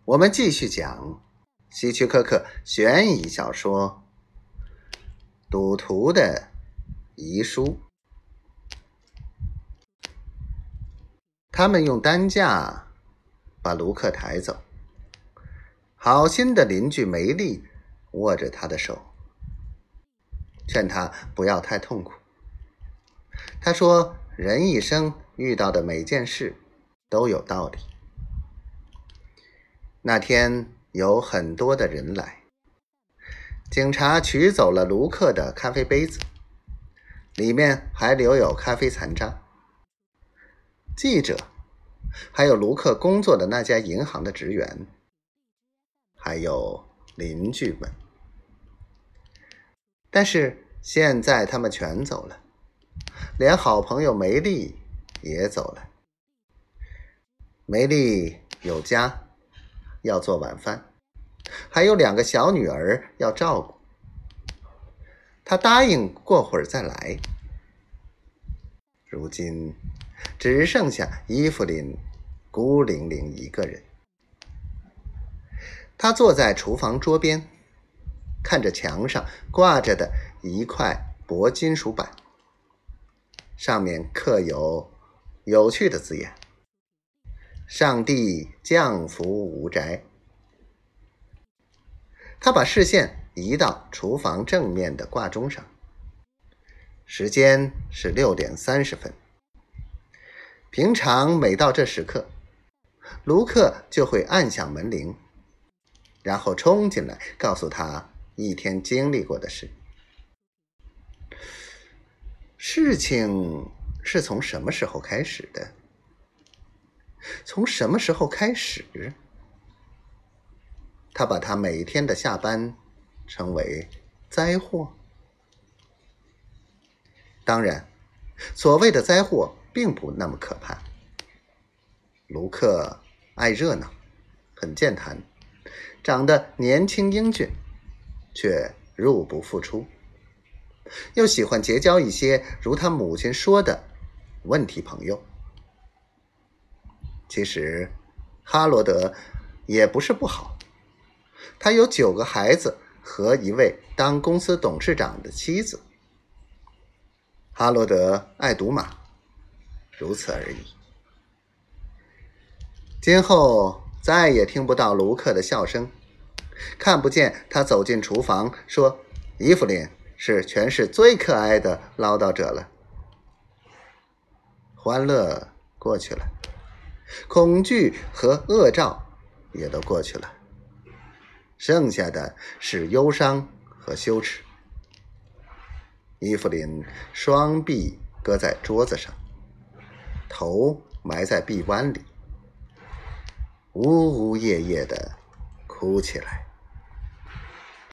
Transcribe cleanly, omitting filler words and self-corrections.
我们继续讲希区柯克悬疑小说《赌徒的遗书》。他们用担架把卢克抬走，好心的邻居梅丽握着他的手，劝他不要太痛苦。他说，人一生遇到的每件事都有道理。那天有很多的人来，警察取走了卢克的咖啡杯子，里面还留有咖啡残渣。记者，还有卢克工作的那家银行的职员，还有邻居们。但是现在他们全走了，连好朋友梅丽也走了。梅丽有家要做晚饭，还有2个小女儿要照顾。她答应过会儿再来。如今只剩下伊芙琳孤零零一个人。她坐在厨房桌边，看着墙上挂着的一块薄金属板，上面刻有有趣的字眼：上帝降福无灾。他把视线移到厨房正面的挂钟上，时间是6点30分。平常每到这时刻，卢克就会按响门铃，然后冲进来告诉他一天经历过的事。事情是从什么时候开始的？从什么时候开始？他把他每天的下班称为灾祸。当然，所谓的灾祸并不那么可怕。卢克爱热闹，很健谈，长得年轻英俊，却入不敷出，又喜欢结交一些如他母亲说的问题朋友。其实哈罗德也不是不好，他有9个孩子和一位当公司董事长的妻子。哈罗德爱赌马，如此而已。今后再也听不到卢克的笑声，看不见他走进厨房说伊芙琳是全市最可爱的唠叨者了。欢乐过去了，恐惧和恶兆也都过去了，剩下的是忧伤和羞耻。伊芙琳双臂搁在桌子上，头埋在臂弯里，呜呜咽咽地哭起来。